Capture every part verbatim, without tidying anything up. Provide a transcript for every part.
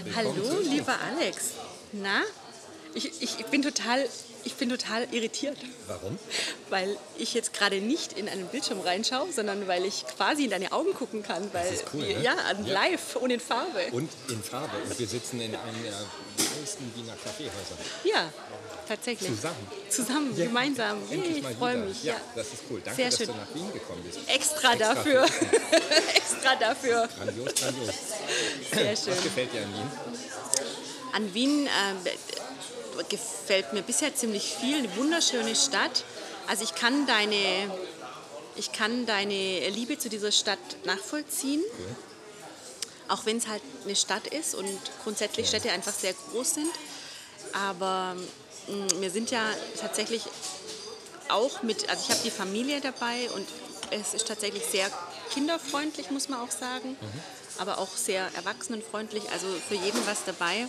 Willkommen Hallo, lieber Alex. Na, ich, ich, ich, bin total, ich bin total irritiert. Warum? Weil ich jetzt gerade nicht in einen Bildschirm reinschaue, sondern weil ich quasi in deine Augen gucken kann. Weil, Das ist cool, wir, ne? Ja, an Ja. live und in Farbe. Und in Farbe. Und wir sitzen in einem der meisten Wiener Kaffeehäuser. Ja, tatsächlich. Zusammen. Zusammen, Ja, gemeinsam. endlich Hey, mal ich freue wieder. mich. Ja, Ja. das ist cool. Danke, Sehr dass schön. du nach Wien gekommen bist. Extra, Extra dafür. für Extra dafür. Grandios, grandios. Sehr schön. Was gefällt dir an Wien? An Wien äh, gefällt mir bisher ziemlich viel. Eine wunderschöne Stadt. Also ich kann deine, ich kann deine Liebe zu dieser Stadt nachvollziehen. Cool. Auch wenn es halt eine Stadt ist und grundsätzlich Städte einfach sehr groß sind. Aber mh, wir sind ja tatsächlich auch mit, also ich habe die Familie dabei und es ist tatsächlich sehr kinderfreundlich, muss man auch sagen. Mhm. Aber auch sehr erwachsenenfreundlich, also für jeden was dabei.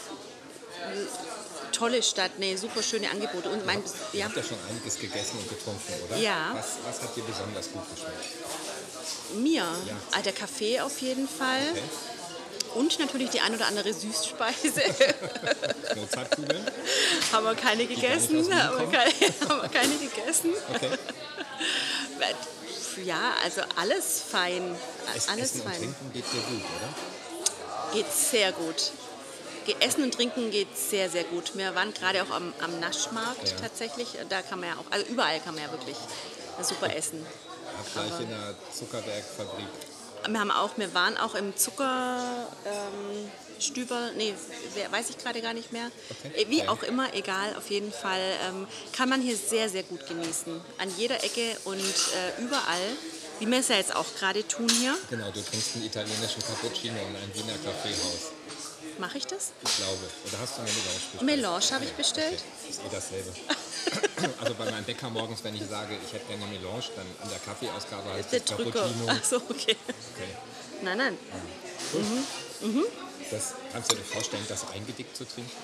Tolle Stadt, ne, super schöne Angebote. Und mein, Ihr ja, habt ja schon einiges gegessen und getrunken, oder? Ja. Was, was hat dir besonders gut geschmeckt? mir, Ja. ah, der Kaffee auf jeden Fall. Okay. Und natürlich die ein oder andere Süßspeise. Mozartkugeln? Haben wir keine gar nicht gegessen. aus Wien Haben wir kommen? keine, haben wir keine gegessen. Okay. Ja, also alles fein. Es, Alles Essen und fein. Trinken geht dir gut, oder? Geht sehr gut. Ge- Essen und Trinken geht sehr, sehr gut. Wir waren gerade auch am, am Naschmarkt Ja. tatsächlich. Da kann man ja auch, also überall kann man ja wirklich super essen. Hab gleich in der Zuckerbergfabrik. Wir haben auch, wir waren auch im Zuckerstüber, ähm, Stüber, nee, wer- weiß ich gerade gar nicht mehr. Okay. Äh, Wie Ja. auch immer, egal, auf jeden Fall ähm, kann man hier sehr, sehr gut genießen. An jeder Ecke und äh, überall, wie wir es ja jetzt auch gerade tun hier. Genau, du trinkst einen italienischen Cappuccino in einem Wiener Kaffeehaus. Mache ich das? Ich glaube. Oder hast du eine Melange bestellt? Melange habe ich bestellt. Okay. Ist eh dasselbe. Also bei meinem Bäcker morgens, wenn ich sage, ich hätte gerne eine Melange, dann an der Kaffeeausgabe heißt Der es Drücker. Cappuccino. Ach so, okay. Okay. Nein, nein. Das, kannst du dir vorstellen, das eingedickt zu trinken?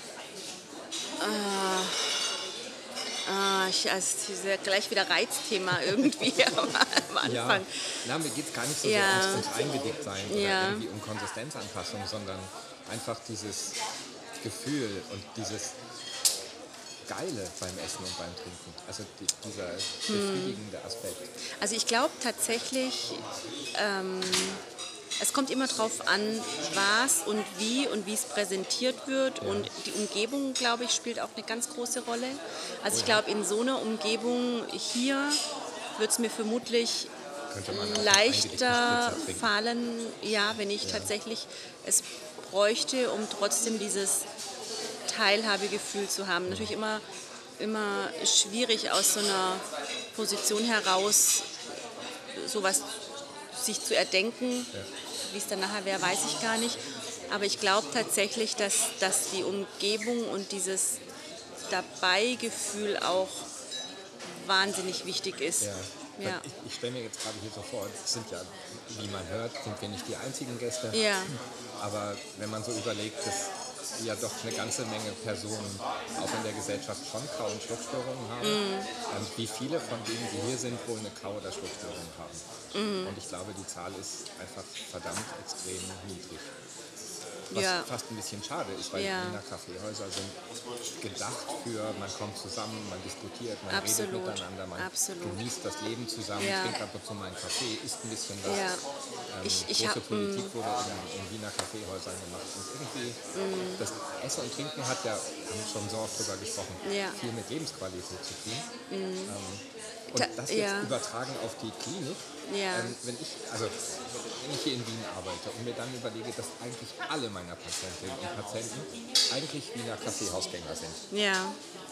Ah, ich, also, das ist ja gleich wieder Reizthema irgendwie am, am Anfang. Na, mir geht es gar nicht so Ja. sehr ums, ums Eingedickt-Sein oder Ja. irgendwie um Konsistenzanpassung, sondern einfach dieses Gefühl und dieses Geile beim Essen und beim Trinken. Also die, dieser befriedigende Aspekt. Also ich glaube tatsächlich, ähm, es kommt immer drauf an, was und wie und wie es präsentiert wird. Und die Umgebung, glaube ich, spielt auch eine ganz große Rolle. Also ich glaube, in so einer Umgebung hier wird es mir vermutlich Könnte man auch einen leichter eingedickten Spritzer trinken. fallen, ja, wenn ich tatsächlich es bräuchte, um trotzdem dieses Teilhabegefühl zu haben. Natürlich immer, immer schwierig aus so einer Position heraus sowas sich zu erdenken. Wie es dann nachher wäre, weiß ich gar nicht. Aber ich glaube tatsächlich, dass, dass die Umgebung und dieses Dabeigefühl auch wahnsinnig wichtig ist. Ja. Ja. Ich, ich stelle mir jetzt gerade hier so vor, es sind ja, wie man hört, sind wir nicht die einzigen Gäste. Ja. Aber wenn man so überlegt, dass ja doch eine ganze Menge Personen auch in der Gesellschaft schon Kau- und Schluckstörungen haben, Mhm. ähm, wie viele von denen, die hier sind, wohl eine Kau- oder Schluckstörung haben. Mhm. Und ich glaube, die Zahl ist einfach verdammt extrem niedrig. Was Ja. fast ein bisschen schade ist, weil Ja. Wiener Kaffeehäuser sind gedacht für, man kommt zusammen, man diskutiert, man Absolut. redet miteinander, man Absolut. genießt das Leben zusammen, Ja. trinkt ab und zu mal einen Kaffee, isst ein bisschen was. Ja. Ähm, Ich- ich große hab, Politik wurde in, in Wiener Kaffeehäusern gemacht. Und irgendwie, Mm. das Essen und Trinken hat ja, haben wir schon so oft drüber gesprochen, Ja. viel mit Lebensqualität zu tun. Ähm, und Ta- das jetzt ja. übertragen auf die Klinik, Ja. ähm, wenn ich, also wenn ich hier in Wien arbeite und mir dann überlege, dass eigentlich alle meiner Patientinnen und Patienten eigentlich Wiener Kaffeehausgänger sind. Ja.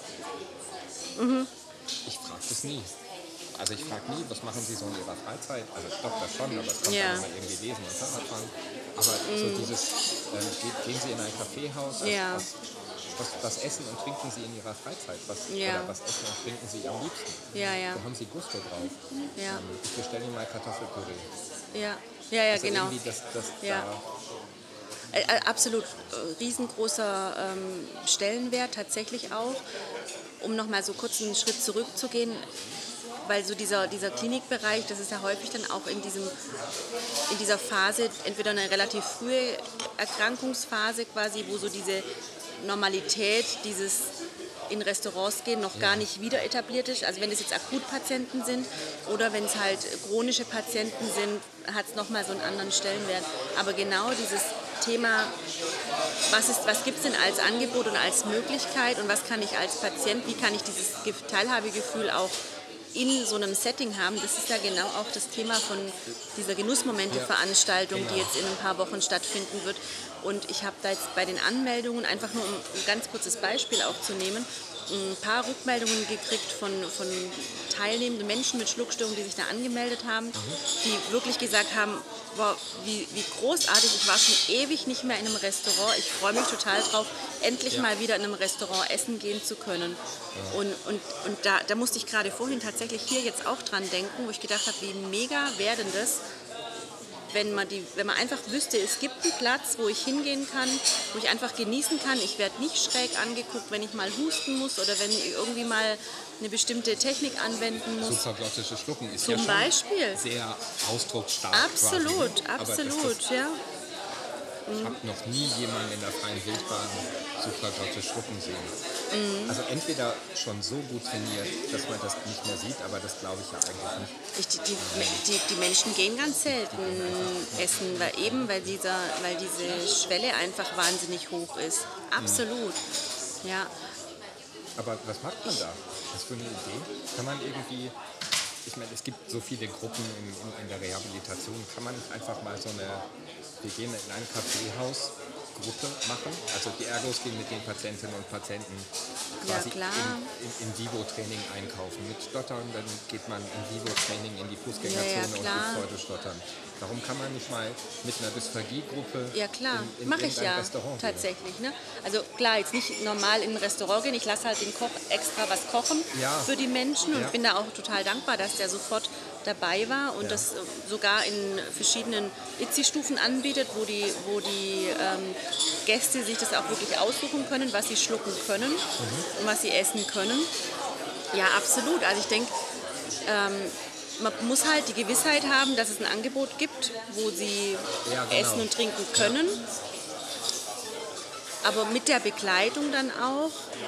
Ich frage das nie. Also ich frage nie, was machen Sie so in Ihrer Freizeit? Also doch, das schon, aber es kommt Ja. dann immer irgendwie lesen und Fahrradfahren. Aber so dieses, ähm, ge- gehen Sie in ein Kaffeehaus, was, Ja. was, was, was essen und trinken Sie in Ihrer Freizeit? Was, Ja. Oder was essen und trinken Sie am liebsten? Ja, ja. Wo haben Sie Gusto drauf? Ja. Ähm, ich bestelle Ihnen mal Kartoffelpüree. Ja, ja, ja, Also genau. irgendwie das, das Ja. da, Äh, äh, absolut äh, riesengroßer ähm, Stellenwert tatsächlich auch. Um nochmal so kurz einen Schritt zurückzugehen, weil so dieser, dieser Klinikbereich, das ist ja häufig dann auch in, diesem, in dieser Phase, entweder eine relativ frühe Erkrankungsphase quasi, wo so diese Normalität, dieses in Restaurants gehen, noch gar nicht wieder etabliert ist. Also wenn es jetzt Akutpatienten sind oder wenn es halt chronische Patienten sind, hat es nochmal so einen anderen Stellenwert. Aber genau dieses Thema, was, ist, was gibt es denn als Angebot und als Möglichkeit und was kann ich als Patient, wie kann ich dieses Teilhabegefühl auch in so einem Setting haben, das ist ja genau auch das Thema von dieser Genussmomente-Veranstaltung, Ja, genau. die jetzt in ein paar Wochen stattfinden wird. Und ich habe da jetzt bei den Anmeldungen, einfach nur um ein ganz kurzes Beispiel auch zu nehmen, ein paar Rückmeldungen gekriegt von, von teilnehmenden Menschen mit Schluckstörungen, die sich da angemeldet haben, die wirklich gesagt haben, boah, wie, wie großartig, ich war schon ewig nicht mehr in einem Restaurant, ich freue mich total drauf, endlich Ja. mal wieder in einem Restaurant essen gehen zu können. Ja. Und, und, und da, da musste ich gerade vorhin tatsächlich hier jetzt auch dran denken, wo ich gedacht habe, wie mega wäre denn das, wenn man, die, wenn man einfach wüsste, es gibt einen Platz, wo ich hingehen kann, wo ich einfach genießen kann. Ich werde nicht schräg angeguckt, wenn ich mal husten muss oder wenn ich irgendwie mal eine bestimmte Technik anwenden muss. Supraglottische Schlucken ist Zum ja schon Beispiel. sehr ausdrucksstark. Absolut, quasi. absolut, Aber das, das, ja. Ich habe noch nie jemanden in der freien Wildbahn supraglottisch schlucken sehen. Mhm. Also entweder schon so gut trainiert, dass man das nicht mehr sieht, aber das glaube ich ja eigentlich nicht. Ich, die, die, die, die Menschen gehen ganz selten essen, weil eben weil, dieser, weil diese Schwelle einfach wahnsinnig hoch ist. Absolut, mhm. ja. Aber was macht man da? Hast du eine Idee? Kann man irgendwie, ich meine, es gibt so viele Gruppen in, in, in der Rehabilitation, kann man nicht einfach mal so eine, wir gehen in ein Kaffeehaus, Gruppe machen. Also die Ergos gehen mit den Patientinnen und Patienten quasi ja, in, in, in Vivo-Training einkaufen. Mit Stottern, dann geht man in Vivo-Training in die Fußgängerzone ja, ja, und übt Pseudostottern. Warum kann man nicht mal mit einer Dysphagie-Gruppe ja klar, in, in mache ich ja Restaurant tatsächlich. Ne? Also klar, jetzt nicht normal in ein Restaurant gehen, ich lasse halt den Koch extra was kochen ja. für die Menschen und ja. bin da auch total dankbar, dass der sofort dabei war und ja. das sogar in verschiedenen I T S I-Stufen anbietet, wo die, wo die ähm, Gäste sich das auch wirklich aussuchen können, was sie schlucken können mhm. und was sie essen können. Ja, absolut. Also ich denke, ähm, man muss halt die Gewissheit haben, dass es ein Angebot gibt, wo sie ja, genau. essen und trinken können. Ja. Aber mit der Begleitung dann auch,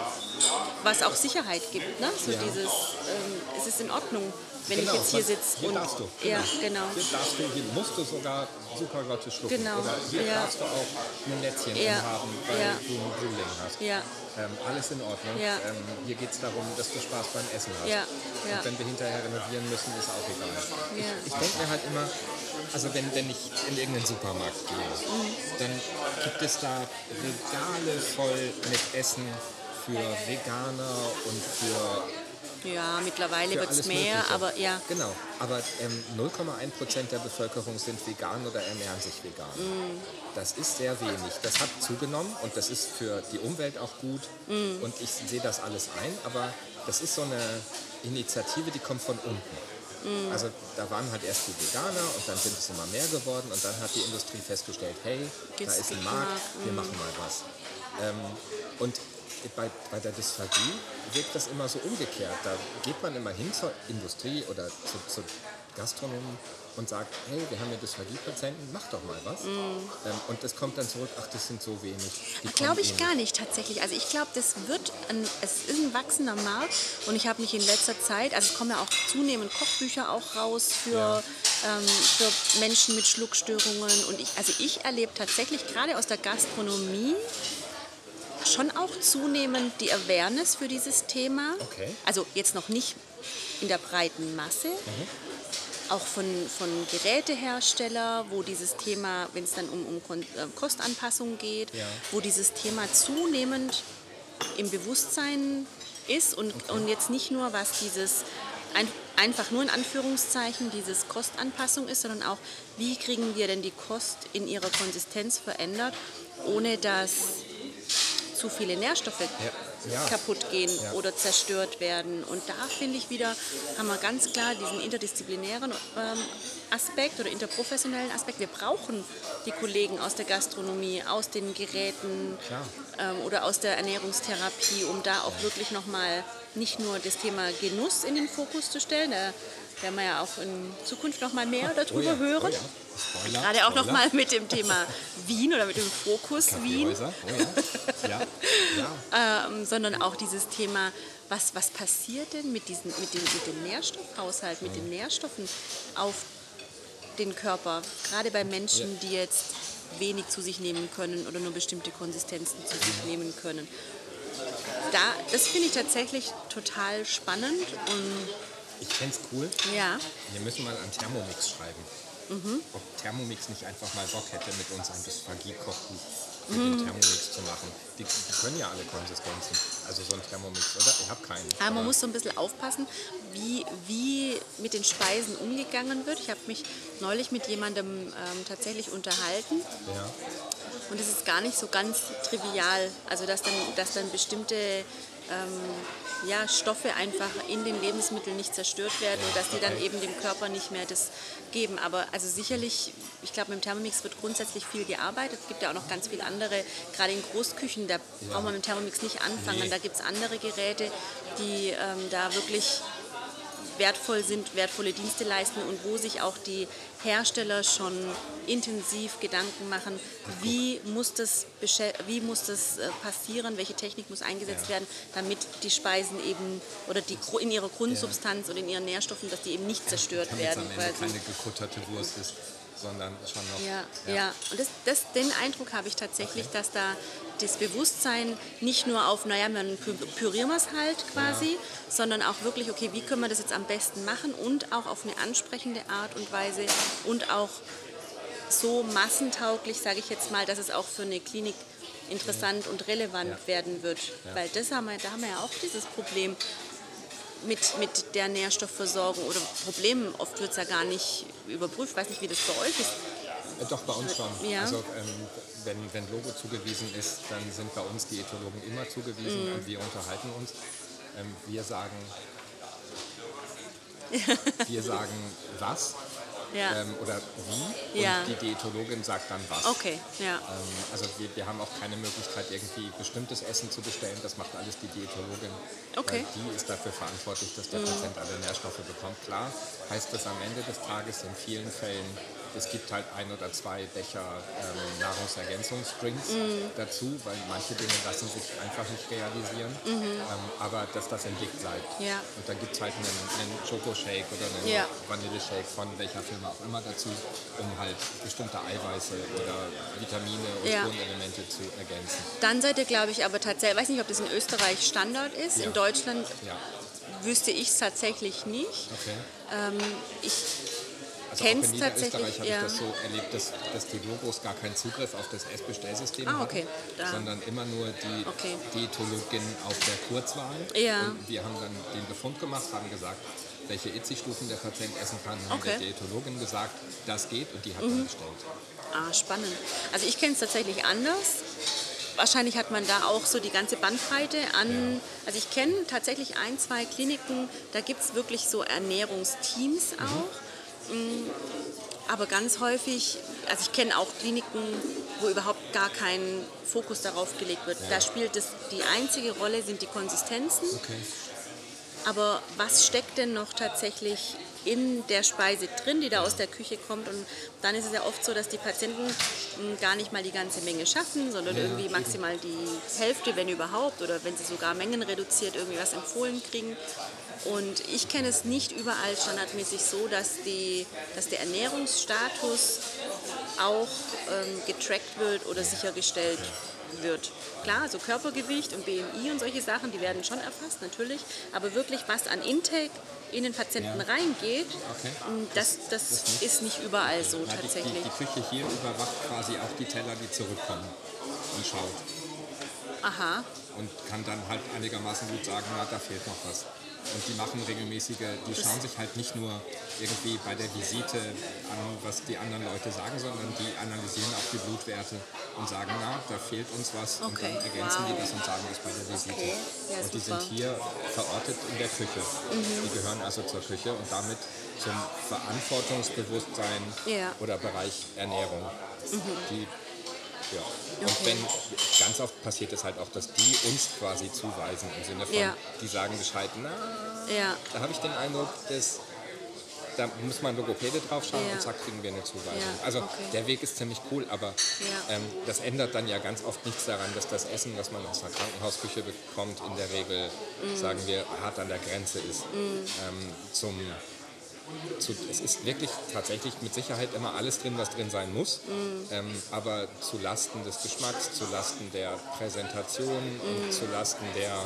was auch Sicherheit gibt. Ne? So ja. dieses, ähm, es ist in Ordnung, wenn genau, ich jetzt hier sitze. Hier und, darfst du. Ja, genau. genau. Hier darfst du, hier musst du sogar supraglottisch schlucken. Genau. Oder hier ja. darfst du auch ein Lätzchen ja. haben, weil ja. du ein Drooling hast. Ja. Ähm, alles in Ordnung. Ja. Ähm, hier geht es darum, dass du Spaß beim Essen hast. Ja. Ja. Und wenn wir hinterher renovieren müssen, ist auch egal. Ja. Ich, ich denke mir halt immer, also wenn, wenn ich in irgendeinen Supermarkt gehe, mhm. dann gibt es da Regale voll mit Essen für Veganer und für... Ja, mittlerweile wird es mehr, Mögliche. aber ja. Genau, aber ähm, null Komma eins Prozent der Bevölkerung sind vegan oder ernähren sich vegan. Mm. Das ist sehr wenig. Das hat zugenommen und das ist für die Umwelt auch gut mm. und ich sehe das alles ein, aber das ist so eine Initiative, die kommt von unten. Mm. Also da waren halt erst die Veganer und dann sind es immer mehr geworden und dann hat die Industrie festgestellt, hey, Gibt's da ist ein Markt, wir mm. machen mal was. Ähm, und Bei, bei der Dysphagie wirkt das immer so umgekehrt. Da geht man immer hin zur Industrie oder zu, zu Gastronomen und sagt, hey, wir haben ja Dysphagie-Patienten, mach doch mal was. Mm. Ähm, und das kommt dann zurück, ach, das sind so wenig. Glaube ich eh gar nicht tatsächlich. Also ich glaube, das wird, ein, es ist ein wachsender Markt und ich habe mich in letzter Zeit, also es kommen ja auch zunehmend Kochbücher auch raus für, ja. ähm, für Menschen mit Schluckstörungen und ich, also ich erlebe tatsächlich gerade aus der Gastronomie schon auch zunehmend die Awareness für dieses Thema. Okay. Also jetzt noch nicht in der breiten Masse. Mhm. Auch von, von Geräteherstellern, wo dieses Thema, wenn es dann um, um Kostanpassung geht, ja. wo dieses Thema zunehmend im Bewusstsein ist und, okay. und jetzt nicht nur, was dieses ein, einfach nur in Anführungszeichen dieses Kostanpassung ist, sondern auch, wie kriegen wir denn die Kost in ihrer Konsistenz verändert, ohne dass zu viele Nährstoffe ja. Ja. kaputt gehen ja. oder zerstört werden. Und da finde ich wieder, haben wir ganz klar diesen interdisziplinären ähm, Aspekt oder interprofessionellen Aspekt. Wir brauchen die Kollegen aus der Gastronomie, aus den Geräten ähm, oder aus der Ernährungstherapie, um da auch wirklich nochmal nicht nur das Thema Genuss in den Fokus zu stellen, da werden wir ja auch in Zukunft noch mal mehr darüber oh ja, hören. Oh ja. Spoiler, Gerade auch Spoiler. noch mal mit dem Thema Wien oder mit dem Fokus Wien. Oh ja. Ja. Ja. Ähm, sondern auch dieses Thema, was, was passiert denn mit, diesen, mit, dem, mit dem Nährstoffhaushalt, mit den Nährstoffen auf den Körper, gerade bei Menschen, Ja. die jetzt wenig zu sich nehmen können oder nur bestimmte Konsistenzen zu sich nehmen können. Da, das finde ich tatsächlich total spannend und Ich fände es cool. ja, Wir müssen mal an Thermomix schreiben. Mhm. Ob Thermomix nicht einfach mal Bock hätte, mit uns ein Dysphagie-Kochbuch für den Thermomix zu machen. Die, die können ja alle Konsistenzen. Also so ein Thermomix, oder? Ich habe keinen. aber man Aber- muss so ein bisschen aufpassen, wie, wie mit den Speisen umgegangen wird. Ich habe mich neulich mit jemandem ähm, tatsächlich unterhalten. Ja. Und es ist gar nicht so ganz trivial, also dass dann, dass dann bestimmte ähm, ja, Stoffe einfach in den Lebensmitteln nicht zerstört werden und dass die dann eben dem Körper nicht mehr das geben. Aber also sicherlich, ich glaube, mit dem Thermomix wird grundsätzlich viel gearbeitet. Es gibt ja auch noch ganz viele andere, gerade in Großküchen, da braucht man mit dem Thermomix nicht anfangen. Nee. Da gibt es andere Geräte, die ähm, da wirklich wertvoll sind, wertvolle Dienste leisten und wo sich auch die Hersteller schon intensiv Gedanken machen, wie muss das, beschä- wie muss das äh, passieren, welche Technik muss eingesetzt Ja. werden, damit die Speisen eben oder die Gru- in ihrer Grundsubstanz oder in ihren Nährstoffen, dass die eben nicht zerstört Damit es werden. am Ende quasi. keine gekutterte Wurst ist, sondern schon noch... Ja, ja. Und das, das, den Eindruck habe ich tatsächlich, dass da das Bewusstsein nicht nur auf, naja, man pü- pürieren wir es halt quasi, sondern auch wirklich, okay, wie können wir das jetzt am besten machen und auch auf eine ansprechende Art und Weise und auch so massentauglich, sage ich jetzt mal, dass es auch für eine Klinik interessant und relevant Ja. werden wird. Weil das haben wir, da haben wir ja auch dieses Problem mit, mit der Nährstoffversorgung oder Problemen. Oft wird es ja gar nicht überprüft. Ich weiß nicht, wie das bei euch ist. Äh, Doch, bei uns schon. Ja. Also ähm, wenn, wenn Logo zugewiesen ist, dann sind bei uns Diätologen immer zugewiesen Mhm. und wir unterhalten uns. Ähm, wir sagen, wir sagen was Ja. ähm, oder wie Ja. und die Diätologin sagt dann was. Okay, ja. Ähm, also wir, wir haben auch keine Möglichkeit, irgendwie bestimmtes Essen zu bestellen. Das macht alles die Diätologin. Okay. Weil die ist dafür verantwortlich, dass der Patient alle Nährstoffe bekommt. Klar heißt das am Ende des Tages in vielen Fällen, es gibt halt ein oder zwei Becher ähm, Nahrungsergänzungsdrinks dazu, weil manche Dinge lassen sich einfach nicht realisieren. Ähm, aber dass das im Blick bleibt. Ja. Und dann gibt es halt einen, einen Schokoshake oder einen Ja. Vanilleshake von welcher Firma auch immer dazu, um halt bestimmte Eiweiße oder Vitamine und Ja. Spurenelemente zu ergänzen. Dann seid ihr, glaube ich, aber tatsächlich, ich weiß nicht, ob das in Österreich Standard ist. Ja. In Deutschland Ja, wüsste ich es tatsächlich nicht. okay. Ähm, ich Also kenn's auch in Niederösterreich tatsächlich, habe ja. ich das so erlebt, dass, dass die Logos gar keinen Zugriff auf das Essbestellsystem Ah, haben, okay. Da. sondern immer nur die Okay. Diätologin auf der Kurzwahl. Ja. Und wir haben dann den Befund gemacht, haben gesagt, welche I T S I-Stufen der Patient essen kann, haben Okay. der Diätologin gesagt, das geht und die hat dann bestellt. Ah, spannend. Also ich kenne es tatsächlich anders. Wahrscheinlich hat man da auch so die ganze Bandbreite an. Also ich kenne tatsächlich ein, zwei Kliniken, da gibt es wirklich so Ernährungsteams auch. Mm, Aber ganz häufig, also ich kenne auch Kliniken, wo überhaupt gar kein Fokus darauf gelegt wird. Da spielt es, die einzige Rolle sind die Konsistenzen. Okay. Aber was steckt denn noch tatsächlich in der Speise drin, die da aus der Küche kommt? Und dann ist es ja oft so, dass die Patienten mh, gar nicht mal die ganze Menge schaffen, sondern Ja, irgendwie eben. maximal die Hälfte, wenn überhaupt, oder wenn sie sogar Mengen reduziert irgendwie was empfohlen kriegen. Und ich kenne es nicht überall standardmäßig so, dass, die, dass der Ernährungsstatus auch ähm, getrackt wird oder sichergestellt wird. Klar, also Körpergewicht und B M I und solche Sachen, die werden schon erfasst, natürlich. Aber wirklich, was an Intake in den Patienten Ja. reingeht, Okay. m, das, das ist nicht überall so Ja, die, die, tatsächlich. die Küche hier überwacht quasi auch die Teller, die zurückkommen und schaut. Aha, Und kann dann halt einigermaßen gut sagen, na, da fehlt noch was. Und die machen regelmäßige, die schauen sich halt nicht nur irgendwie bei der Visite an, was die anderen Leute sagen, sondern die analysieren auch die Blutwerte und sagen, na, da fehlt uns was. Und Okay, dann ergänzen wow. die das und sagen das bei der Visite. Okay, ja, und die super. sind hier verortet in der Küche. Die gehören also zur Küche und damit zum Verantwortungsbewusstsein Ja. oder Bereich Ernährung. Die, dafür. Und Okay. wenn, ganz oft passiert es halt auch, dass die uns quasi zuweisen, im Sinne von, Ja. die sagen Bescheid, na, Ja, da habe ich den Eindruck, dass da muss man Logopäde draufschauen Ja. und zack, kriegen wir eine Zuweisung. Ja, Also okay. der Weg ist ziemlich cool, aber Ja. ähm, das ändert dann ja ganz oft nichts daran, dass das Essen, was man aus einer Krankenhausküche bekommt, in der Regel, Mm. sagen wir, hart an der Grenze ist. Ähm, zum, zu, es ist wirklich tatsächlich mit Sicherheit immer alles drin, was drin sein muss, Mm. ähm, aber zu Lasten des Geschmacks, zu Lasten der Präsentation und Mm. zu Lasten der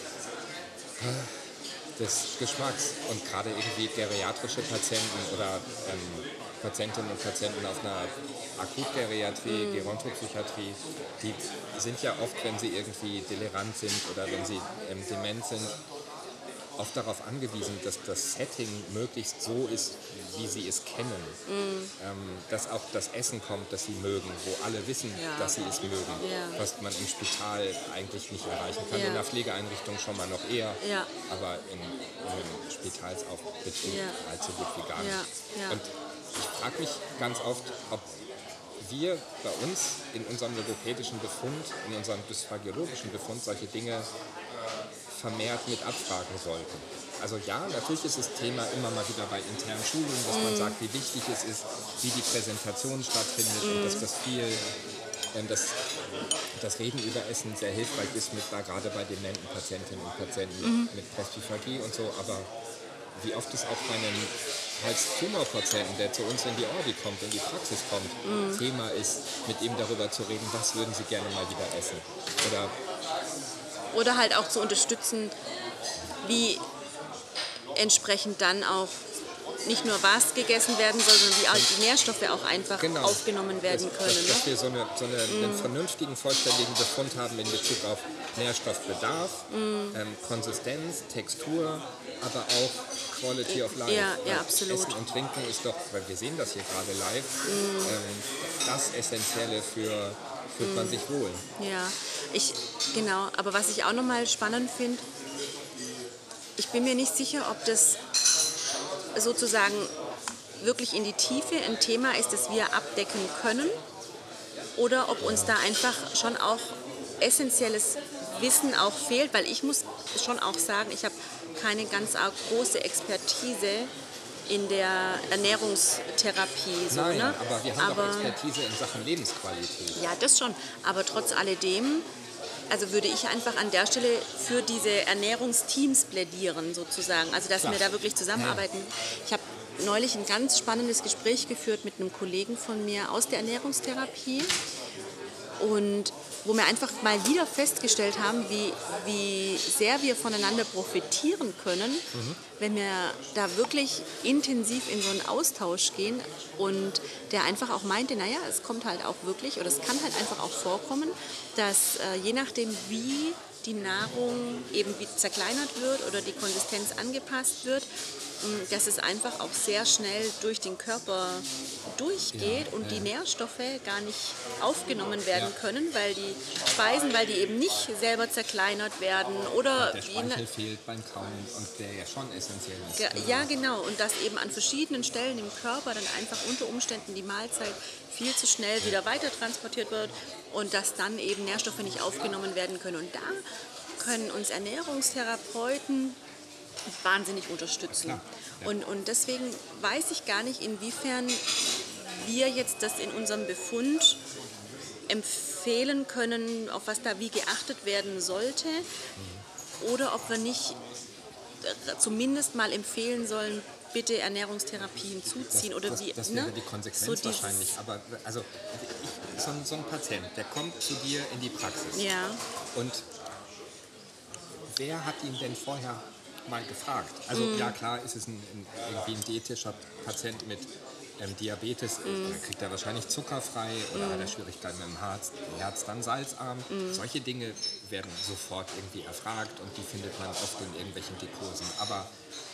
des Geschmacks. Und gerade irgendwie geriatrische Patienten oder ähm, Patientinnen und Patienten auf einer Akutgeriatrie, Mm. Gerontopsychiatrie, die sind ja oft, wenn sie irgendwie delirant sind oder wenn sie ähm, dement sind, oft darauf angewiesen, dass das Setting möglichst so ist, wie sie es kennen. Mm. Ähm, dass auch das Essen kommt, das sie mögen, wo alle wissen, Ja. dass sie es mögen, Ja. was man im Spital eigentlich nicht erreichen kann. Ja. In der Pflegeeinrichtung schon mal noch eher, Ja. aber in, in einem Spitalsaufbetrieb Ja. halt so gut wie gar nicht. Ja. Ja. Und ich frage mich ganz oft, ob wir bei uns in unserem logopädischen Befund, in unserem dysphagiologischen Befund solche Dinge vermehrt mit abfragen sollten. Also ja, natürlich ist das Thema immer mal wieder bei internen Schulungen, dass man sagt, wie wichtig es ist, wie die Präsentation stattfindet und dass das viel, ähm, dass das Reden über Essen sehr hilfreich ist, mit, da gerade bei dementen Patientinnen und Patienten mit Presbyphagie und so, aber wie oft es auch bei einem Hals-Tumor-Patienten, der zu uns in die Ordi kommt, in die Praxis kommt, Thema ist, mit ihm darüber zu reden, was würden sie gerne mal wieder essen. Oder Oder halt auch zu unterstützen, wie entsprechend dann auch nicht nur was gegessen werden soll, sondern wie auch die Nährstoffe auch einfach Genau. aufgenommen werden dass, können. Dass, Ne? dass wir so, eine, so eine, einen vernünftigen, vollständigen Befund haben in Bezug auf Nährstoffbedarf, ähm, Konsistenz, Textur, aber auch Quality of Life. Ja, ja, Weil absolut. Essen und Trinken ist doch, weil wir sehen das hier gerade live, ähm, das Essentielle für fühlt man sich wohl. Ja, ich, genau. Aber was ich auch nochmal spannend finde, ich bin mir nicht sicher, ob das sozusagen wirklich in die Tiefe ein Thema ist, das wir abdecken können, oder ob uns da einfach schon auch essentielles Wissen auch fehlt, weil ich muss schon auch sagen, ich habe keine ganz arg große Expertise in der Ernährungstherapie. So, Nein, ne? aber wir haben aber, doch Expertise in Sachen Lebensqualität. Ja, das schon. Aber trotz alledem, also würde ich einfach an der Stelle für diese Ernährungsteams plädieren, sozusagen. Also, dass Klar. wir da wirklich zusammenarbeiten. Ich habe neulich ein ganz spannendes Gespräch geführt mit einem Kollegen von mir aus der Ernährungstherapie. Und wo wir einfach mal wieder festgestellt haben, wie, wie sehr wir voneinander profitieren können, mhm. wenn wir da wirklich intensiv in so einen Austausch gehen. Und der einfach auch meinte, naja, es kommt halt auch wirklich, oder es kann halt einfach auch vorkommen, dass äh, je nachdem, wie die Nahrung eben wie zerkleinert wird oder die Konsistenz angepasst wird, dass es einfach auch sehr schnell durch den Körper durchgeht Ja, und ja. die Nährstoffe gar nicht aufgenommen werden Ja. können, weil die Speisen, weil die eben nicht selber zerkleinert werden oder Der wie Speichel fehlt beim Kauen und der ja schon essentiell ist. ja, ja, genau. Und dass eben an verschiedenen Stellen im Körper dann einfach unter Umständen die Mahlzeit viel zu schnell wieder weiter transportiert wird und dass dann eben Nährstoffe nicht aufgenommen werden können. Und da können uns Ernährungstherapeuten wahnsinnig unterstützen. Klar, ja. Und, und deswegen weiß ich gar nicht, inwiefern wir jetzt das in unserem Befund empfehlen können, auf was da wie geachtet werden sollte. Oder ob wir nicht zumindest mal empfehlen sollen, bitte Ernährungstherapien zuziehen. Das, oder das, wie, das ne? wäre die Konsequenz So dieses- wahrscheinlich. Aber also ich, so, ein, so ein Patient, der kommt zu dir in die Praxis. Ja, Und wer hat ihn denn vorher mal gefragt? Also Mhm. ja, klar ist es ein, ein, irgendwie ein diätischer Patient mit ähm, Diabetes, Mhm. da kriegt er wahrscheinlich zuckerfrei oder hat er Schwierigkeiten mit dem Herz, Herz dann salzarm. Mhm. Solche Dinge werden sofort irgendwie erfragt und die findet man oft in irgendwelchen Deposen. Aber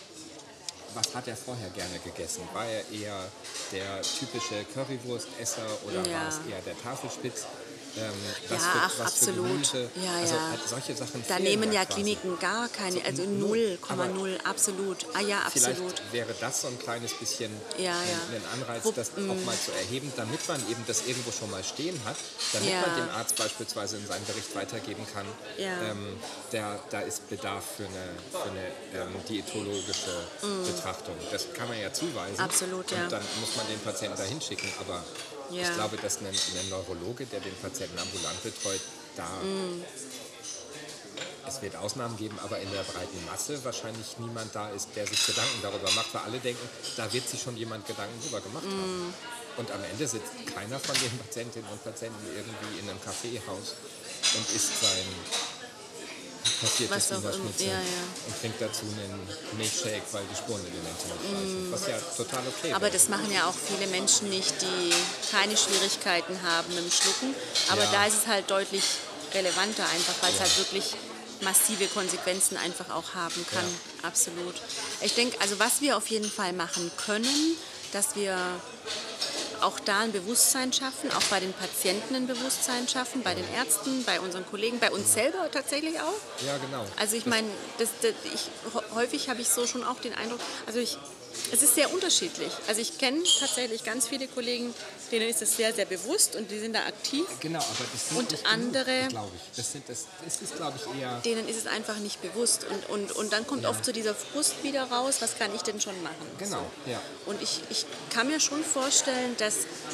was hat er vorher gerne gegessen? War er eher der typische Currywurstesser oder Ja. war es eher der Tafelspitz? Ähm, was Ja, für, ach, was absolut. Für Gemüse. Ja, also ja. halt solche Sachen Da fehlen nehmen ja quasi. Kliniken gar keine, also null Komma null, absolut. Ah ja, Vielleicht absolut. wäre das so ein kleines bisschen Ja, ein, ja. ein Anreiz, Wo- das mm. auch mal zu erheben, damit man eben das irgendwo schon mal stehen hat, damit Ja. man dem Arzt beispielsweise in seinem Bericht weitergeben kann, Ja. ähm, der, da ist Bedarf für eine, für eine ähm, diätologische Betrachtung. Das kann man ja zuweisen. Mm. Absolut, ja. Und dann muss man den Patienten da hinschicken. Aber Ja. ich glaube, dass ein, ein Neurologe, der den Patienten ambulant betreut, da... Mm. Es wird Ausnahmen geben, aber in der breiten Masse wahrscheinlich niemand da ist, der sich Gedanken darüber macht, weil alle denken, da wird sich schon jemand Gedanken darüber gemacht haben. Und am Ende sitzt keiner von den Patientinnen und Patienten irgendwie in einem Kaffeehaus und isst sein passiertes Was auch Wiener immer, Schnitzel ja, ja. und trinkt dazu einen Milchshake, weil die Spurenelemente nicht reichen. Was ja total okay Aber wäre. das machen ja auch viele Menschen nicht, die keine Schwierigkeiten haben mit dem Schlucken. Aber Ja. da ist es halt deutlich relevanter einfach, weil es halt wirklich massive Konsequenzen einfach auch haben kann. Absolut. Ich denke, also was wir auf jeden Fall machen können, dass wir auch da ein Bewusstsein schaffen, auch bei den Patienten ein Bewusstsein schaffen, bei den Ärzten, bei unseren Kollegen, bei uns selber tatsächlich auch. Ja, genau. Also ich meine, das, das, ich, häufig habe ich so schon auch den Eindruck, also ich, es ist sehr unterschiedlich. Also ich kenne tatsächlich ganz viele Kollegen, denen ist es sehr, sehr bewusst und die sind da aktiv. Genau, aber das sind Und nicht andere- glaube ich. Das, sind, das, das ist, glaube ich, eher... Denen ist es einfach nicht bewusst. Und, und, und dann kommt oft so dieser Frust wieder raus, was kann ich denn schon machen? Genau, ja. Und ich, ich kann mir schon vorstellen, dass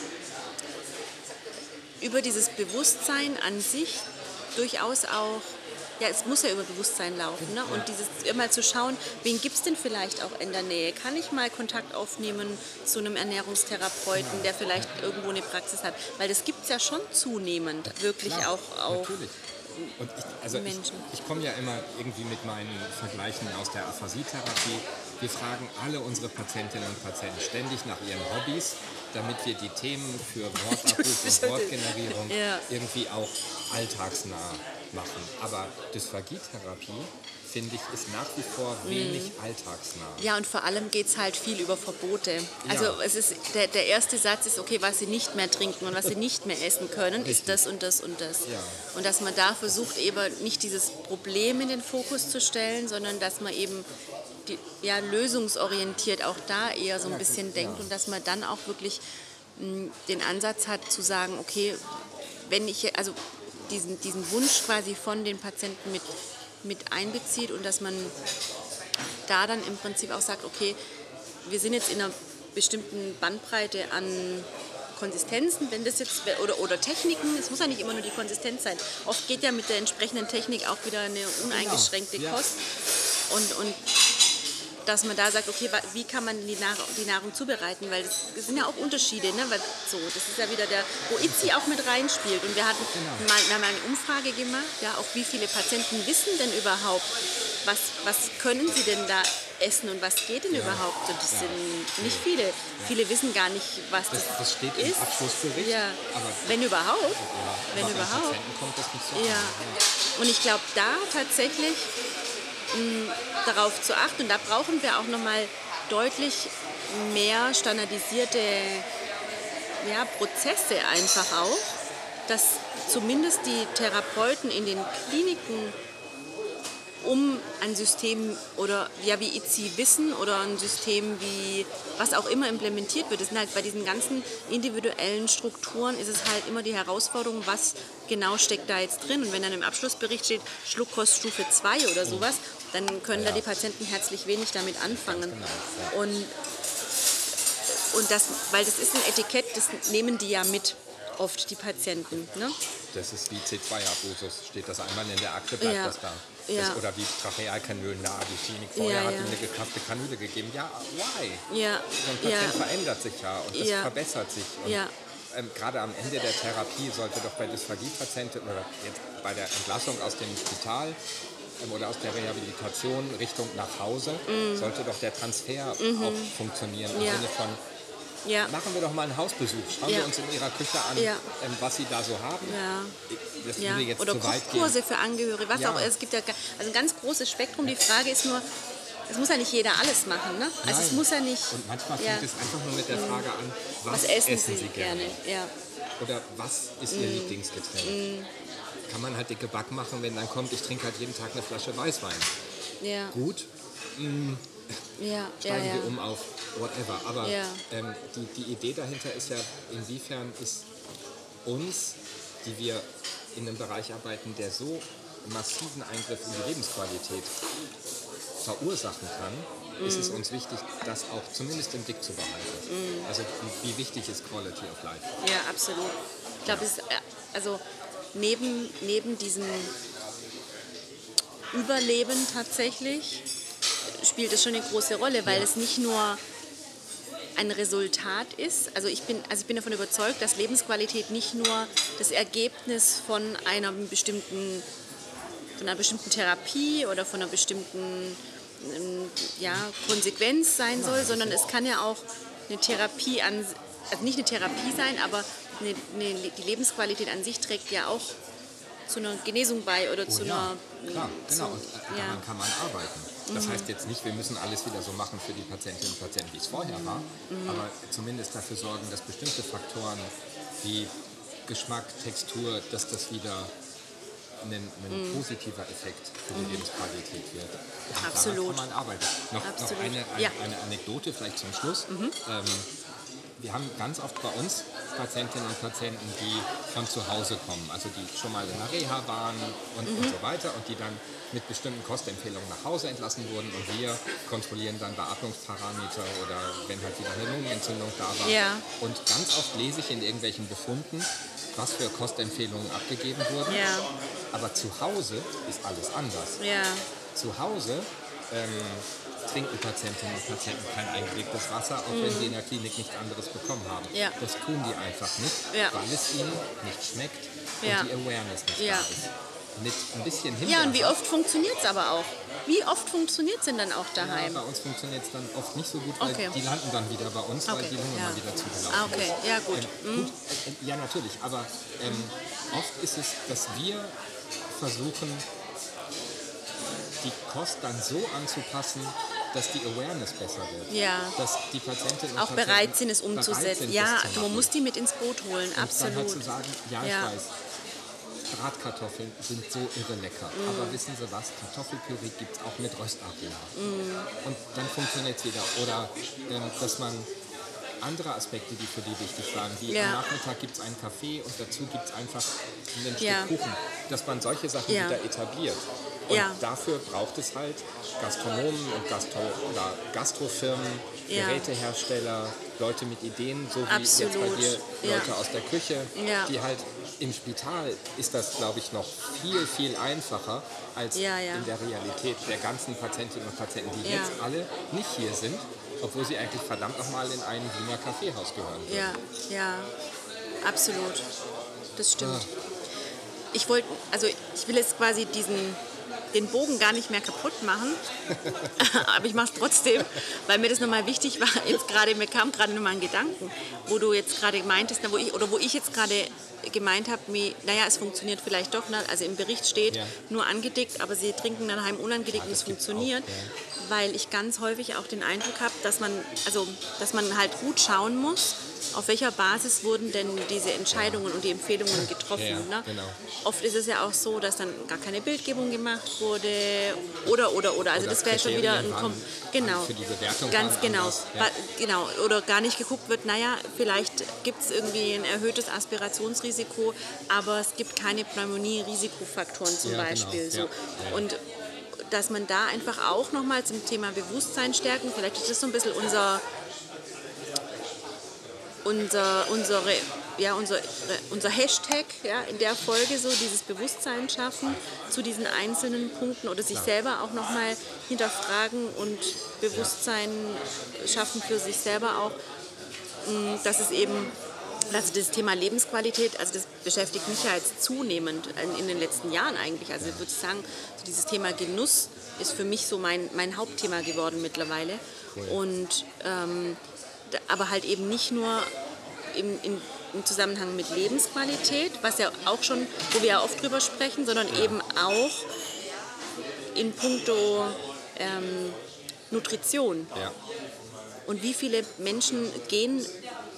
über dieses Bewusstsein an sich durchaus auch, ja, es muss ja über Bewusstsein laufen. Ne? Und dieses immer zu schauen, wen gibt es denn vielleicht auch in der Nähe? Kann ich mal Kontakt aufnehmen zu einem Ernährungstherapeuten, der vielleicht irgendwo eine Praxis hat? Weil das gibt es ja schon zunehmend, wirklich Klar, auch, auch natürlich. Und ich, also ich, Menschen. ich komme ja immer irgendwie mit meinen Vergleichen aus der Aphasietherapie. Wir fragen alle unsere Patientinnen und Patienten ständig nach ihren Hobbys, damit wir die Themen für Wortabruf und Wortgenerierung Ja. irgendwie auch alltagsnah machen. Aber Dysphagietherapie, finde ich, ist nach wie vor wenig alltagsnah. Ja, und vor allem geht es halt viel über Verbote. Also Ja. es ist, der, der erste Satz ist, okay, was sie nicht mehr trinken und was sie nicht mehr essen können, ist das und das und das. Ja. Und dass man da versucht, eben nicht dieses Problem in den Fokus zu stellen, sondern dass man eben die, ja, lösungsorientiert auch da eher so ein bisschen ja. denkt und dass man dann auch wirklich mh, den Ansatz hat zu sagen, okay, wenn ich, also diesen, diesen Wunsch quasi von den Patienten mit mit einbezieht und dass man da dann im Prinzip auch sagt, okay, wir sind jetzt in einer bestimmten Bandbreite an Konsistenzen, wenn das jetzt oder, oder Techniken, es muss ja nicht immer nur die Konsistenz sein. Oft geht ja mit der entsprechenden Technik auch wieder eine uneingeschränkte Genau, ja. Kost und, und dass man da sagt, okay, wa- wie kann man die Nahrung, die Nahrung zubereiten, weil das, das sind ja auch Unterschiede, ne? Weil so, das ist ja wieder der, wo I T S I auch mit reinspielt und wir hatten mal, wir haben mal eine Umfrage gemacht, ja, auch wie viele Patienten wissen denn überhaupt, was, was können sie denn da essen und was geht denn überhaupt und das Ja. sind nicht viele, viele wissen gar nicht, was das, Das, das steht im ist. Abschlussbericht, Ja, aber, wenn überhaupt, ja, wenn aber beim überhaupt. Patienten kommt das nicht so Ja, an. und ich glaube, da tatsächlich mh, darauf zu achten, und da brauchen wir auch nochmal deutlich mehr standardisierte ja, Prozesse einfach auch, dass zumindest die Therapeuten in den Kliniken um ein System oder ja, wie I T S I wissen oder ein System wie was auch immer implementiert wird. Das sind halt bei diesen ganzen individuellen Strukturen ist es halt immer die Herausforderung, was genau steckt da jetzt drin. Und wenn dann im Abschlussbericht steht Schluckkoststufe zwei oder sowas, dann können Ja. da die Patienten herzlich wenig damit anfangen. Ganz genau, ja. Und, und das, weil das ist ein Etikett, das nehmen die ja mit, oft die Patienten. Ne? Das ist wie C zwei Abusus. Steht das einmal in der Akte, bleibt Ja. das da. Ja. Das, oder wie Trachealkanülen, na, die Klinik vorher Ja, hat ja. ihm eine gekappte Kanüle gegeben. Ja, why? Ja, So ein Patient ja, verändert sich ja und es Ja. verbessert sich. Und, Ja. ähm, gerade am Ende der Therapie sollte doch bei Dysphagiepatienten oder jetzt bei der Entlassung aus dem Spital ähm, oder aus der Rehabilitation Richtung nach Hause, sollte doch der Transfer auch funktionieren im Mhm. Ja. Sinne von, ja, machen wir doch mal einen Hausbesuch, schauen Ja. wir uns in ihrer Küche an, Ja. ähm, was sie da so haben. ja. Das Ja, würde jetzt oder zu weit Kochkurse gehen. für Angehörige, was Ja. auch. Es gibt ja ga- also ein ganz großes Spektrum. Die Frage ist nur, es muss ja nicht jeder alles machen. Ne? Also es Nein. muss ja nicht. Und manchmal ja, fängt es einfach nur mit der Frage an, was, was essen, Sie, gerne? Ja. oder was ist ihr mm. Lieblingsgetränk? Mm. Kann man halt dicke Back machen, wenn dann kommt, ich trinke halt jeden Tag eine Flasche Weißwein. Ja. Gut, mm, ja, steigen ja, wir ja. um auf whatever. Aber ja. ähm, die, die Idee dahinter ist ja, inwiefern ist uns, die wir in einem Bereich arbeiten, der so massiven Eingriff in die Lebensqualität verursachen kann, mm. ist es uns wichtig, das auch zumindest im Blick zu behalten. Mm. Also wie, wie wichtig ist Quality of Life? Ja, absolut. Ich glaube, es ist, also neben, neben diesem Überleben tatsächlich spielt es schon eine große Rolle, weil ja. es nicht nur ein Resultat ist. Also ich bin, also ich bin davon überzeugt, dass Lebensqualität nicht nur das Ergebnis von einer bestimmten, von einer bestimmten Therapie oder von einer bestimmten ja, Konsequenz sein soll, sondern es kann ja auch eine Therapie an, also nicht eine Therapie sein, aber eine, eine, die Lebensqualität an sich trägt ja auch zu einer Genesung bei oder oh, zu ja. einer... Klar, genau, und daran ja. kann man arbeiten. Das mhm. heißt jetzt nicht, wir müssen alles wieder so machen für die Patientinnen und Patienten, wie es vorher war, mhm. aber zumindest dafür sorgen, dass bestimmte Faktoren wie Geschmack, Textur, dass das wieder ein, ein mm. positiver Effekt für die mm. Lebensqualität wird. Und Absolut. Daran kann man arbeiten. Noch, noch eine, eine, ja. eine Anekdote vielleicht zum Schluss. Mhm. Ähm, wir haben ganz oft bei uns Patientinnen und Patienten, die von zu Hause kommen, also die schon mal in der Reha waren und, mhm. und so weiter und die dann mit bestimmten Kostempfehlungen nach Hause entlassen wurden und wir kontrollieren dann Beatmungsparameter oder wenn halt wieder eine Lungenentzündung da war. Ja. Und ganz oft lese ich in irgendwelchen Befunden, was für Kostempfehlungen abgegeben wurden. Ja. Aber zu Hause ist alles anders. Ja. Zu Hause ähm, trinken Patientinnen und Patienten kein eingelegtes Wasser, auch mm. wenn sie in der Klinik nichts anderes bekommen haben. Ja. Das tun die einfach nicht, ja. weil es ihnen nicht schmeckt ja. und die Awareness nicht ja. da ist. Mit ein bisschen Hinweis. Ja, und wie oft funktioniert es aber auch? Wie oft funktioniert es denn dann auch daheim? Ja, bei uns funktioniert es dann oft nicht so gut, weil okay. die landen dann wieder bei uns, okay. weil die Lunge ja. mal wieder zugelaufen ah, okay. ist. Ja, gut. Ähm, gut äh, ja, natürlich, aber ähm, oft ist es, dass wir versuchen, die Kost dann so anzupassen, dass die Awareness besser wird. Ja. Dass die Patientinnen und auch Patienten bereit sind, es umzusetzen. Sind, ja, es man muss die mit ins Boot holen, und absolut. Dann halt zu sagen, ja, ich ja. weiß, Bratkartoffeln sind so irre lecker. Mm. Aber wissen Sie was, Kartoffelpüree gibt es auch mit Röstaromen. Mm. Und dann funktioniert es wieder. Oder ähm, dass man andere Aspekte, die für die wichtig waren, wie ja. am Nachmittag gibt es einen Kaffee und dazu gibt es einfach ein Stück ja. Kuchen, dass man solche Sachen ja. wieder etabliert. Und ja. dafür braucht es halt Gastronomen und Gastro oder Gastrofirmen, ja. Gerätehersteller, Leute mit Ideen, so wie Absolut. jetzt bei dir Leute ja. aus der Küche, ja. die halt im Spital ist das, glaube ich, noch viel, viel einfacher als ja, ja. in der Realität der ganzen Patientinnen und Patienten, die ja. jetzt alle nicht hier sind, obwohl sie eigentlich verdammt nochmal in ein Wiener Kaffeehaus gehören würden. Ja, ja, absolut. Das stimmt. Ah. Ich wollte, also ich will jetzt quasi diesen, den Bogen gar nicht mehr kaputt machen, aber ich mache es trotzdem, weil mir das nochmal wichtig war. Jetzt gerade, mir kam gerade nochmal ein Gedanken, wo du jetzt gerade meintest, wo ich, oder wo ich jetzt gerade gemeint habe, naja, es funktioniert vielleicht doch, also im Bericht steht, ja. nur angedickt, aber sie trinken dann heim unangedickt ja, und es funktioniert, auch, ja. weil ich ganz häufig auch den Eindruck habe, dass man, also, dass man halt gut schauen muss, auf welcher Basis wurden denn diese Entscheidungen und die Empfehlungen getroffen. Ja, ne? genau. Oft ist es ja auch so, dass dann gar keine Bildgebung gemacht wurde oder, oder, oder. Also oder das wäre schon wieder ein... Kom- genau, für die Bewertung ganz genau. Anders, ja. genau. Oder gar nicht geguckt wird, naja, vielleicht gibt es irgendwie ein erhöhtes Aspirationsrisiko, aber es gibt keine Pneumonie-Risikofaktoren zum ja, Beispiel. Genau. So. Ja, ja. Und dass man da einfach auch nochmal zum Thema Bewusstsein stärken, vielleicht ist das so ein bisschen unser... Unser, unsere, ja, unser, unser Hashtag ja, in der Folge, so dieses Bewusstsein schaffen zu diesen einzelnen Punkten oder sich selber auch nochmal hinterfragen und Bewusstsein schaffen für sich selber auch, dass es eben, also das Thema Lebensqualität, also das beschäftigt mich ja jetzt zunehmend in, in den letzten Jahren eigentlich. Also ich würde sagen, so dieses Thema Genuss ist für mich so mein, mein Hauptthema geworden mittlerweile. Cool. Und ähm, aber halt eben nicht nur im, in, im Zusammenhang mit Lebensqualität, was ja auch schon, wo wir ja oft drüber sprechen, sondern ja. eben auch in puncto ähm, Nutrition. Ja. Und wie viele Menschen gehen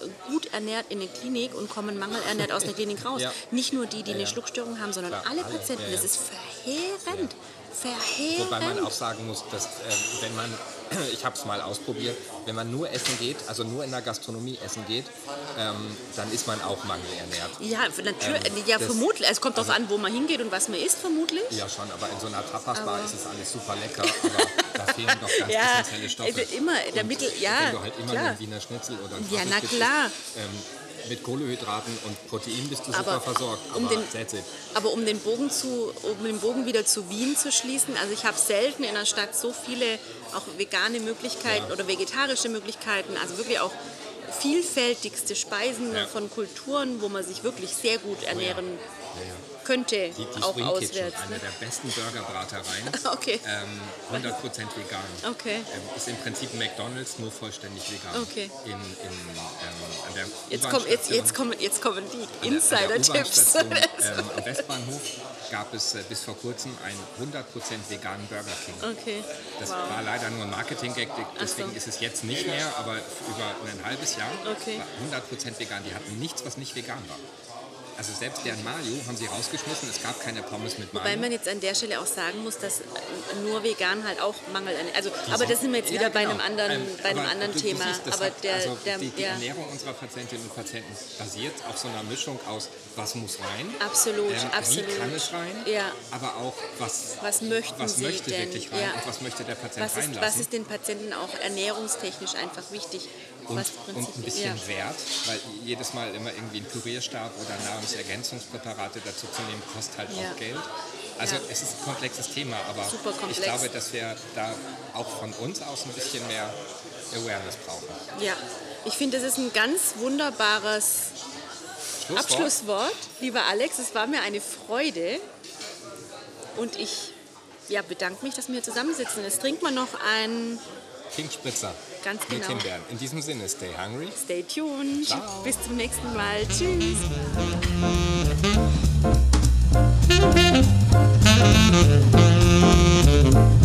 gut ernährt in eine Klinik und kommen mangelernährt aus der Klinik raus. Ja. Nicht nur die, die Ja, eine ja. Schluckstörung haben, sondern Klar, alle alle. Patienten. Ja, ja. Das ist verheerend. Verheerend. Wobei man auch sagen muss, dass äh, wenn man, ich habe es mal ausprobiert, wenn man nur essen geht, also nur in der Gastronomie essen geht, ähm, dann ist man auch mangelernährt. Ja, natürlich, Ähm, ja das- vermutlich. Es kommt darauf also- an, wo man hingeht und was man isst, vermutlich. Ja schon, aber in so einer Tapas-Bar Aber- ist es alles super lecker, aber da fehlen doch ganz Ja, essentielle Stoffe. also immer, der Und Mittel- ja, wenn du halt immer klar. nur einen Wiener Schnitzel oder einen Ja, na Tafelspitz klar. isst, ähm, mit Kohlenhydraten und Protein bist du Aber super versorgt, um aber den- that's it. Aber um den Bogen zu, um den Bogen wieder zu Wien zu schließen, also ich habe selten in der Stadt so viele auch vegane Möglichkeiten Ja. oder vegetarische Möglichkeiten, also wirklich auch vielfältigste Speisen Ja. von Kulturen, wo man sich wirklich sehr gut ernähren Ja, ja. könnte, Die, die auch Swing Kitchen, auswärts. eine Ne? der besten Burgerbratereien. Okay. Ähm, hundert Prozent vegan. Okay. Ähm, ist im Prinzip ein McDonald's, nur vollständig vegan. Okay. In, in, ähm, an der Jetzt, kommt, jetzt, U-Bahn-Station- jetzt, kommen, jetzt kommen die an der- Insider-Tipps. An der U-Bahn-Station, ähm, am Westbahnhof gab es äh, bis vor kurzem einen hundert Prozent veganen Burger King. Okay. Das Wow. war leider nur ein Marketing-Gag, deswegen so. ist es jetzt nicht mehr, aber über ein halbes Jahr Okay. war hundert Prozent vegan. Die hatten nichts, was nicht vegan war. Also selbst deren Mayo haben sie rausgeschmissen, es gab keine Pommes mit Mayo. Wobei man jetzt an der Stelle auch sagen muss, dass nur vegan halt auch Mangel an. Also, Die aber sind- das sind wir jetzt ja, wieder bei genau. einem anderen, Ähm, bei einem aber anderen du- du Thema. siehst, das aber hat- der, also der, die, die ja, Ernährung unserer Patientinnen und Patienten basiert auf so einer Mischung aus, was muss rein, absolut, ähm, absolut. wie kann es rein, Ja. aber auch, was, Was möchten was Sie möchte denn? wirklich rein Ja. und was möchte der Patient Was ist, reinlassen. was ist den Patienten auch ernährungstechnisch einfach wichtig? und, was und Prinzip- ein bisschen ja. Wert, weil jedes Mal immer irgendwie ein Pürierstab oder Nahrungsergänzungspräparate dazu zu nehmen, kostet halt Ja. auch Geld. Also Ja. es ist ein komplexes Thema, aber Super komplex. ich glaube, dass wir da auch von uns aus ein bisschen mehr Awareness brauchen. Ja, ich finde, das ist ein ganz wunderbares Schlusswort. Abschlusswort. Lieber Alex, es war mir eine Freude und ich ja, bedanke mich, dass wir hier zusammensitzen. Jetzt trinkt man noch ein King Spritzer Ganz mit genau. Himbeeren. In diesem Sinne, stay hungry. Stay tuned. Ciao. Bis zum nächsten Mal. Tschüss. Thank you.